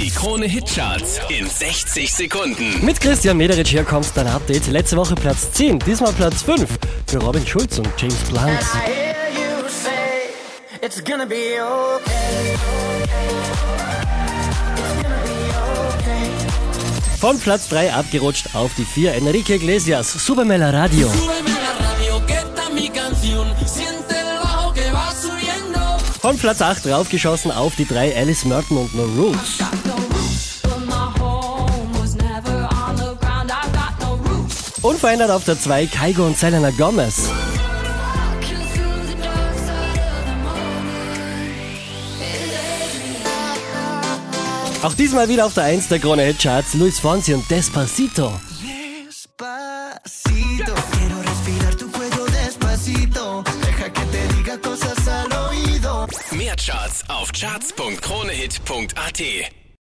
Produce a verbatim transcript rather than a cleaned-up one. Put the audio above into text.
Die Krone-Hitcharts in sechzig Sekunden. Mit Christian Mederitsch, hier kommt dein Update. Letzte Woche Platz zehn, diesmal Platz fünf für Robin Schulz und James Blunt. Von Platz drei abgerutscht auf die vier, Enrique Iglesias, Súbeme la Radio. Von Platz acht raufgeschossen auf die drei, Alice Merton und No Rules. Unverändert auf der zwei, Kygo und Selena Gomez. Auch diesmal wieder auf der eins der Krone-Hitcharts, Luis Fonsi und Despacito. Despacito, quiero respirar tu cuello despacito, deja que te diga cosas al oído. Mehr Charts auf charts punkt kronehit punkt at.